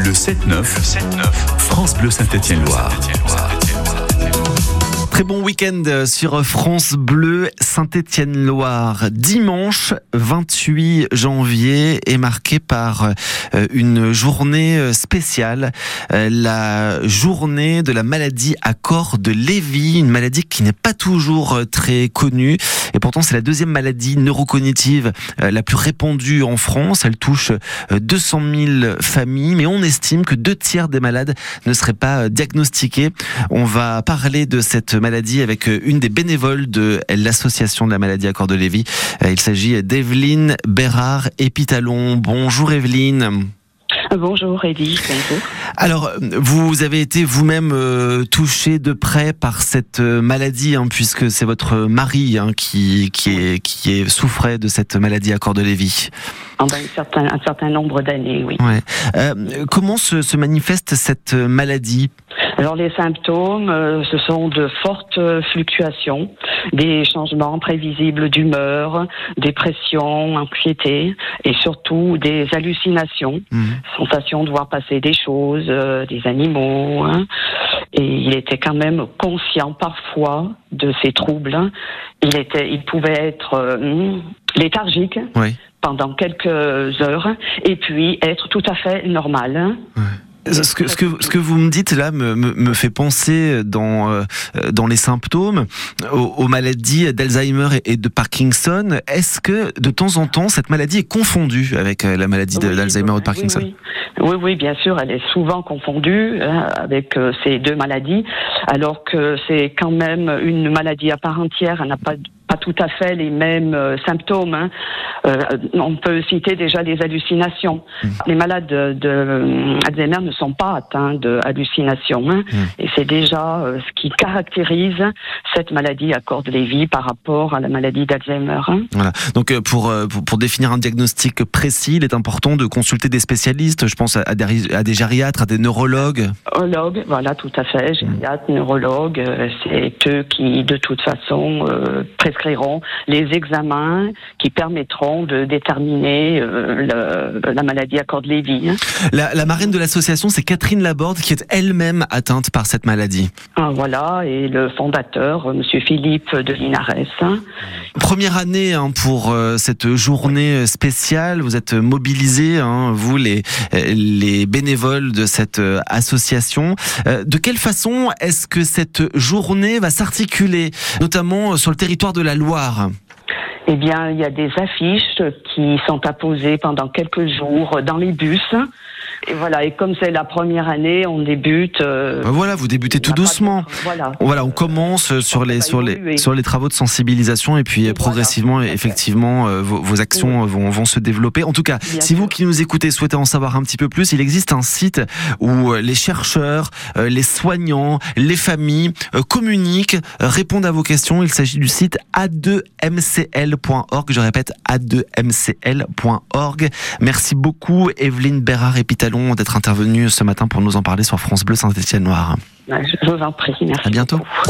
Le 7-9, France Bleu Saint-Étienne-Loire. Très bon week-end sur France Bleu Saint-Étienne-Loire. Dimanche 28 janvier est marqué par une journée spéciale, la journée de la maladie à corps de Lévy, une maladie qui n'est pas toujours très connue et pourtant c'est la deuxième maladie neurocognitive la plus répandue en France. Elle touche 200 000 familles, mais on estime que 2/3 des malades ne seraient pas diagnostiqués. On va parler de cette maladie avec une des bénévoles de l'association de la maladie à corps de Lévy. Il s'agit d'Evelyne Bérard-Épitalon. Bonjour Evelyne. Bonjour Eddie, bonjour. Alors, vous avez été vous-même touchée de près par cette maladie, puisque c'est votre mari qui souffrait de cette maladie à corps de Lévy. Un certain nombre d'années, oui. Ouais. Comment se manifeste cette maladie ? Alors les symptômes, ce sont de fortes fluctuations, des changements prévisibles d'humeur, dépression, anxiété et surtout des hallucinations, sensation de voir passer des choses, des animaux. Et il était quand même conscient parfois de ces troubles. Il pouvait être léthargique. Oui. Pendant quelques heures et puis être tout à fait normal. Ouais. Ce que vous me dites là me fait penser dans les symptômes aux maladies d'Alzheimer et de Parkinson. Est-ce que de temps en temps cette maladie est confondue avec la maladie d'Alzheimer ou de Parkinson ? Oui, bien sûr, elle est souvent confondue avec ces deux maladies, alors que c'est quand même une maladie à part entière. Elle n'a pas tout à fait les mêmes symptômes. On peut citer déjà les hallucinations. Les malades d'Alzheimer ne sont pas atteints de hallucinations. Et c'est déjà ce qui caractérise cette maladie à corps de Lévy par rapport à la maladie d'Alzheimer. Voilà. Donc pour définir un diagnostic précis, il est important de consulter des spécialistes. Je pense à des gériatres, à des neurologues. Neurologues, voilà, tout à fait. Gériatres, neurologues, c'est eux qui, de toute façon, prescriront les examens qui permettront de déterminer la maladie à corps de Lévy. La marraine de l'association, c'est Catherine Laborde, qui est elle-même atteinte par cette maladie. Voilà, et le fondateur, Monsieur Philippe de Linares. Première année pour cette journée spéciale. Vous êtes mobilisés, vous les bénévoles de cette association. De quelle façon est-ce que cette journée va s'articuler, notamment sur le territoire de la Loire ? Eh bien, il y a des affiches qui sont apposées pendant quelques jours dans les bus. Et voilà, et comme c'est la première année, on débute. Voilà, vous débutez tout doucement. Voilà, on commence sur les travaux de sensibilisation et puis progressivement, effectivement, vos actions vont se développer. En tout cas, si vous qui nous écoutez souhaitez en savoir un petit peu plus, il existe un site où les chercheurs, les soignants, les familles communiquent, répondent à vos questions. Il s'agit du site a2mcl.org. Je répète, a2mcl.org. Merci beaucoup, Evelyne Bérard-Épitalon, d'être intervenue ce matin pour nous en parler sur France Bleu Saint-Étienne-Loire. Je vous en prie, merci. À bientôt.